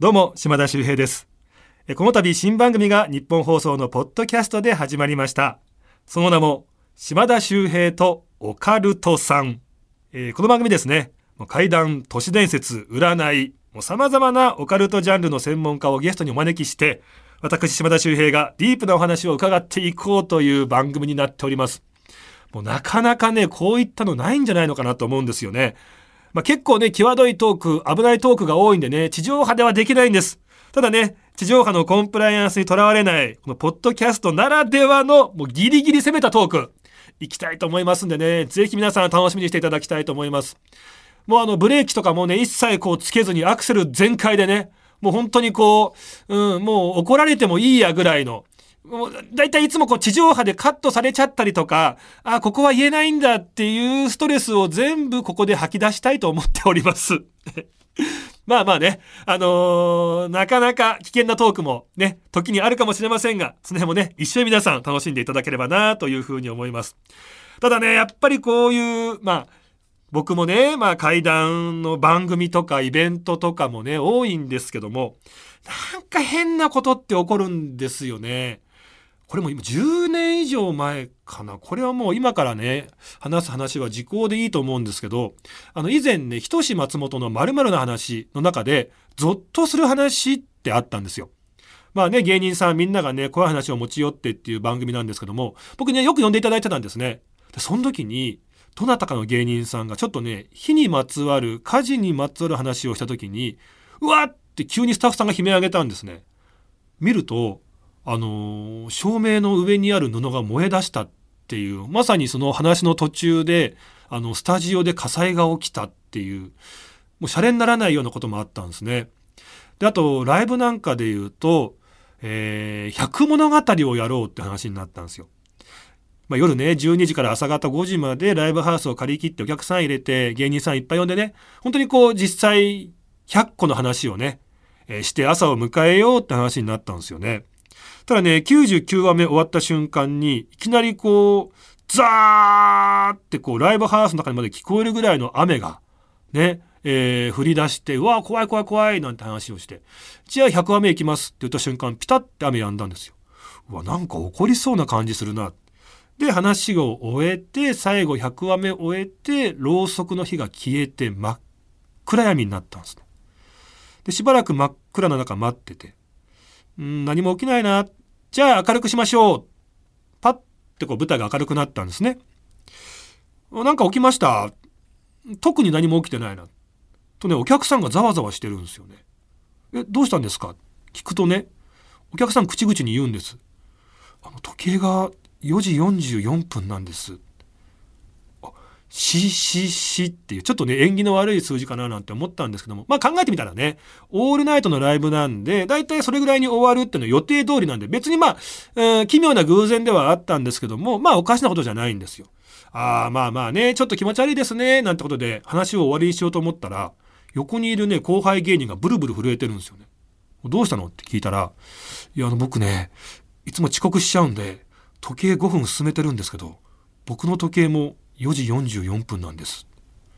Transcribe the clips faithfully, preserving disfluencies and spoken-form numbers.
どうも島田秀平です。この度新番組が日本放送のポッドキャストで始まりました。その名も島田秀平とオカルトさん。えー、この番組ですね、怪談、都市伝説、占い、さまざまなオカルトジャンルの専門家をゲストにお招きして、私島田秀平がディープなお話を伺っていこうという番組になっております。もうなかなかね、こういったのないんじゃないのかなと思うんですよね。まあ、結構ね、際どいトーク、危ないトークが多いんでね、地上波ではできないんです。ただね、地上波のコンプライアンスにとらわれない、このポッドキャストならではの、もうギリギリ攻めたトーク、いきたいと思いますんでね、ぜひ皆さん楽しみにしていただきたいと思います。もうあの、ブレーキとかもね、一切こうつけずにアクセル全開でね、もう本当にこう、うん、もう怒られてもいいやぐらいの、もうだいたいいつもこう地上波でカットされちゃったりとか、あ、ここは言えないんだっていうストレスを全部ここで吐き出したいと思っております。まあまあね、あのー、なかなか危険なトークもね、時にあるかもしれませんが、その辺もね、一緒に皆さん楽しんでいただければなというふうに思います。ただね、やっぱりこういう、まあ、僕もね、まあ怪談の番組とかイベントとかもね、多いんですけども、なんか変なことって起こるんですよね。これも今じゅうねん以上前かな。これはもう今からね、話す話は時効でいいと思うんですけど、あの以前ね、ひとし松本の〇〇な話の中で、ゾッとする話ってあったんですよ。まあね、芸人さんみんながね、怖い話を持ち寄ってっていう番組なんですけども、僕ね、よく呼んでいただいてたんですね。でその時に、どなたかの芸人さんがちょっとね、火にまつわる、火事にまつわる話をした時に、うわって急にスタッフさんが悲鳴上げたんですね。見ると、あのー、照明の上にある布が燃え出したっていう、まさにその話の途中で、あの、スタジオで火災が起きたっていう、もうシャレにならないようなこともあったんですね。で、あと、ライブなんかで言うと、えー、百物語をやろうって話になったんですよ。まあ、夜ね、じゅうにじから朝方ごじまでライブハウスを借り切ってお客さん入れて、芸人さんいっぱい呼んでね、本当にこう、実際、ひゃっこの話をね、えー、して朝を迎えようって話になったんですよね。ただね、きゅうじゅうきゅうわめ終わった瞬間に、いきなりこう、ザーってこう、ライブハウスの中にまで聞こえるぐらいの雨が、ね、えー、降り出して、うわ、怖い怖い怖いなんて話をして、じゃあひゃくわめ行きますって言った瞬間、ピタッて雨止んだんですよ。うわ、なんか起こりそうな感じするな。で、話を終えて、最後ひゃくわめ終えて、ろうそくの火が消えて真っ暗闇になったんですね。で、しばらく真っ暗な中待ってて、ん何も起きないな。じゃあ明るくしましょう。パッてこう舞台が明るくなったんですね。なんか起きました。特に何も起きてないな。とね、お客さんがざわざわしてるんですよね。え、どうしたんですか？聞くとね、お客さん口々に言うんです。あの時計がよじよんじゅうよんぷんなんです。あ、しししっていうちょっとね縁起の悪い数字かななんて思ったんですけども、まあ考えてみたらね、オールナイトのライブなんでだいたいそれぐらいに終わるっていうのは予定通りなんで、別にまあ、えー、奇妙な偶然ではあったんですけども、まあおかしなことじゃないんですよ。ああまあまあね、ちょっと気持ち悪いですねなんてことで話を終わりにしようと思ったら、横にいるね後輩芸人がブルブル震えてるんですよね。どうしたのって聞いたら、いやあの僕ね、いつも遅刻しちゃうんで時計ごふん進めてるんですけど、僕の時計もよじよんじゅうよんぷんなんです。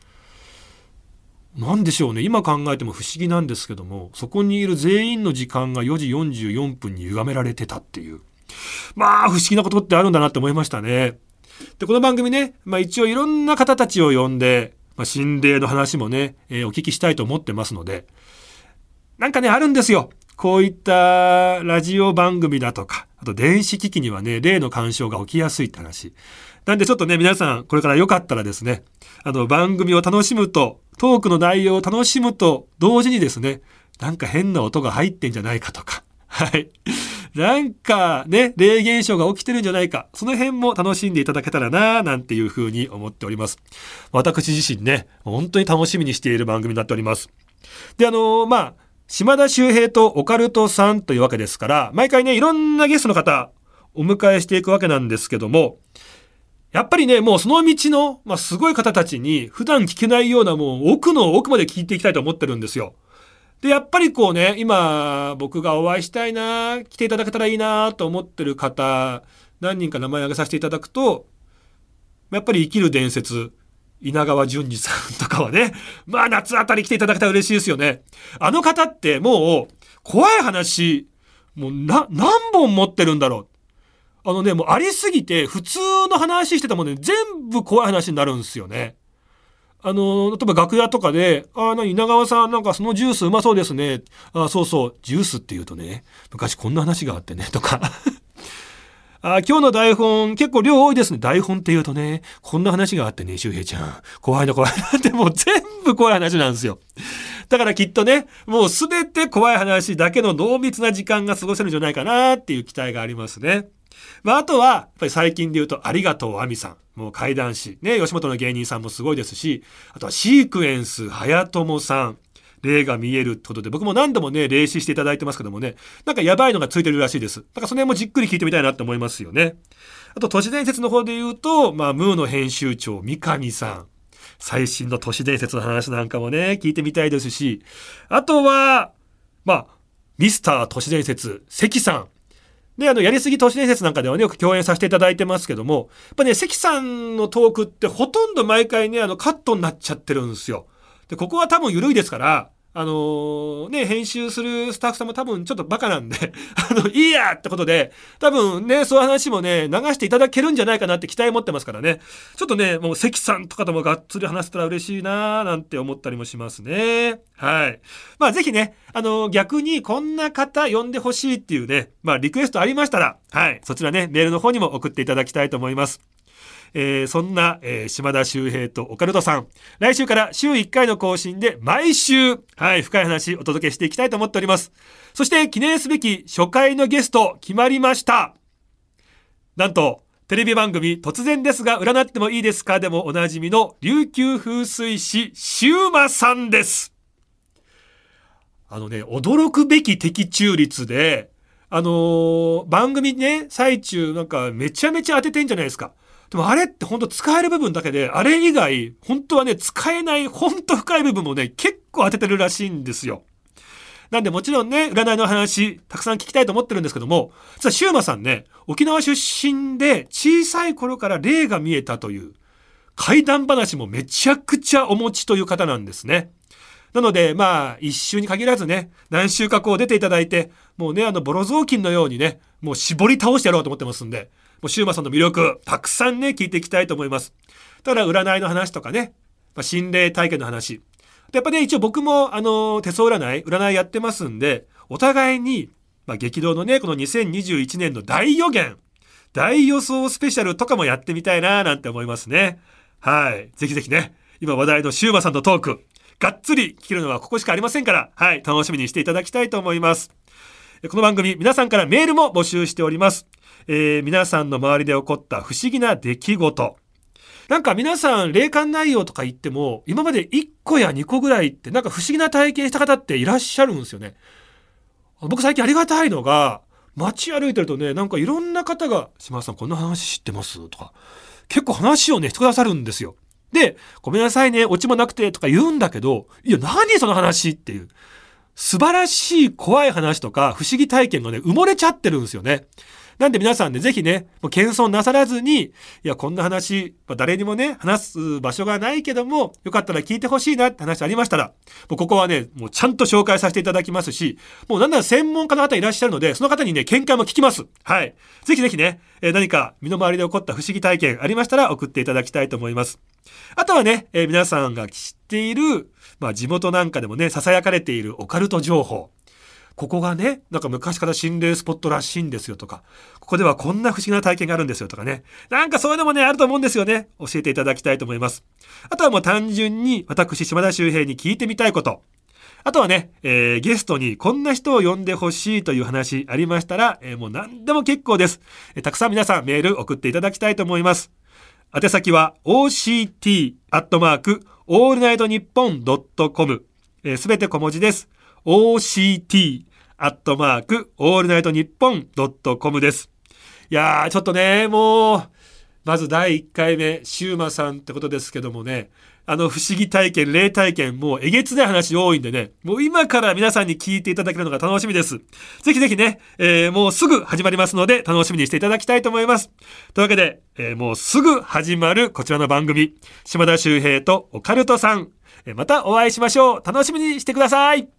なんでしょうね、今考えても不思議なんですけども、そこにいる全員の時間がよじよんじゅうよんぷんに歪められてたっていう、まあ不思議なことってあるんだなって思いましたね。でこの番組ね、まあ、一応いろんな方たちを呼んで、まあ、心霊の話もね、えー、お聞きしたいと思ってますので、なんかねあるんですよ、こういったラジオ番組だとか、あと電子機器にはね霊の干渉が起きやすいって話なんで、ちょっとね皆さんこれからよかったらですね、あの番組を楽しむと、トークの内容を楽しむと同時にですね、なんか変な音が入ってんじゃないかとか、はいなんかね霊現象が起きてるんじゃないか、その辺も楽しんでいただけたらななんていうふうに思っております。私自身ね本当に楽しみにしている番組になっております。であのー、まあ島田秀平とオカルトさんというわけですから、毎回ねいろんなゲストの方お迎えしていくわけなんですけども、やっぱりねもうその道の、まあ、すごい方たちに普段聞けないようなもう奥の奥まで聞いていきたいと思ってるんですよ。でやっぱりこうね、今僕がお会いしたいな、来ていただけたらいいなと思ってる方何人か名前挙げさせていただくと、やっぱり生きる伝説稲川淳二さんとかはね、まあ夏あたり来ていただけたら嬉しいですよね。あの方ってもう怖い話、もうな、何本持ってるんだろう。あのね、もうありすぎて、普通の話してたもんね、全部怖い話になるんですよね。あの、例えば楽屋とかで、ああ、なに、稲川さん、なんかそのジュースうまそうですね。ああ、そうそう、ジュースって言うとね、昔こんな話があってね、とか。あ、今日の台本結構量多いですね。台本って言うとね、こんな話があってね、周平ちゃん。怖いな怖いなってもう全部怖い話なんですよ。だからきっとね、もうすべて怖い話だけの濃密な時間が過ごせるんじゃないかなっていう期待がありますね。まあ、あとは、やっぱり最近で言うと、ありがとう、あみさん。もう怪談師。ね、吉本の芸人さんもすごいですし、あとはシークエンス、はやともさん。霊が見えるってことで、僕も何度もね、霊視していただいてますけどもね、なんかやばいのがついてるらしいです。だからその辺もじっくり聞いてみたいなって思いますよね。あと、都市伝説の方で言うと、まあ、ムーの編集長、三上さん。最新の都市伝説の話なんかもね、聞いてみたいですし、あとは、まあ、ミスター都市伝説、関さん。で、あの、やりすぎ都市伝説なんかではね、よく共演させていただいてますけども、やっぱね、関さんのトークってほとんど毎回ね、あの、カットになっちゃってるんですよ。で、ここは多分緩いですから、あのー、ね、編集するスタッフさんも多分ちょっとバカなんで、あの、いいやってことで、多分ね、そういう話もね、流していただけるんじゃないかなって期待持ってますからね。ちょっとね、もう関さんとかともがっつり話せたら嬉しいなーなんて思ったりもしますね。はい。まあぜひね、あのー、逆にこんな方呼んでほしいっていうね、まあリクエストありましたら、はい、そちらね、メールの方にも送っていただきたいと思います。えー、そんな、えー、島田秀平とオカルトさん、来週から週いっかいの更新で毎週、はい、深い話お届けしていきたいと思っております。そして記念すべき初回のゲスト決まりました。なんとテレビ番組突然ですが占ってもいいですかでもおなじみの琉球風水師シウマさんです。あのね、驚くべき的中率で、あのー、番組ね、最中なんかめちゃめちゃ当ててんじゃないですか。でもあれって本当使える部分だけで、あれ以外、本当はね、使えない、本当深い部分もね、結構当ててるらしいんですよ。なんでもちろんね、占いの話、たくさん聞きたいと思ってるんですけども、実はシウマさんね、沖縄出身で小さい頃から霊が見えたという、怪談話もめちゃくちゃお持ちという方なんですね。なので、まあ、一週に限らずね、何週かこう出ていただいて、もうね、あの、ボロ雑巾のようにね、もう絞り倒してやろうと思ってますんで、もうシウマさんの魅力、たくさんね、聞いていきたいと思います。ただ、占いの話とかね、まあ、心霊体験の話。やっぱね、一応僕も、あの、手相占い、占いやってますんで、お互いに、まあ、激動のね、このにせんにじゅういちねんの大予言、大予想スペシャルとかもやってみたいな、なんて思いますね。はい。ぜひぜひね、今話題のシウマさんのトーク、がっつり聞けるのはここしかありませんから、はい、楽しみにしていただきたいと思います。この番組、皆さんからメールも募集しております。えー、皆さんの周りで起こった不思議な出来事。なんか皆さん霊感内容とか言っても、今までいっこやにこぐらいってなんか不思議な体験した方っていらっしゃるんですよね。僕最近ありがたいのが、街歩いてるとね、なんかいろんな方が、島田さんこんな話知ってますとか、結構話をね、してくださるんですよ。で、ごめんなさいね、オチもなくてとか言うんだけど、いや、何その話っていう。素晴らしい怖い話とか不思議体験がね、埋もれちゃってるんですよね。なんで皆さんね、ぜひね、もう謙遜なさらずに、いや、こんな話、まあ、誰にもね、話す場所がないけども、よかったら聞いてほしいなって話ありましたら、もうここはね、もうちゃんと紹介させていただきますし、もうなんなら専門家の方いらっしゃるので、その方にね、見解も聞きます。はい。ぜひぜひね、えー、何か身の回りで起こった不思議体験ありましたら送っていただきたいと思います。あとはね、えー、皆さんが知っている、まあ地元なんかでもね、囁かれているオカルト情報。ここがね、なんか昔から心霊スポットらしいんですよとか、ここではこんな不思議な体験があるんですよとかね。なんかそういうのもね、あると思うんですよね。教えていただきたいと思います。あとはもう単純に私、島田秀平に聞いてみたいこと。あとはね、えー、ゲストにこんな人を呼んでほしいという話ありましたら、えー、もう何でも結構です、えー。たくさん皆さんメール送っていただきたいと思います。宛先は オーシーティー アットマークオールナイトニッポンドットコム、すべて小文字です。オーシーティー アットマークオールナイトニッポンドットコムです。いやーちょっとね、もうまずだいいっかいめシウマさんってことですけどもね、あの不思議体験、霊体験、もうえげつない話多いんでね、もう今から皆さんに聞いていただけるのが楽しみです。ぜひぜひね、えー、もうすぐ始まりますので楽しみにしていただきたいと思います。というわけで、えー、もうすぐ始まるこちらの番組、島田秀平とオカルトさん、えー、またお会いしましょう。楽しみにしてください。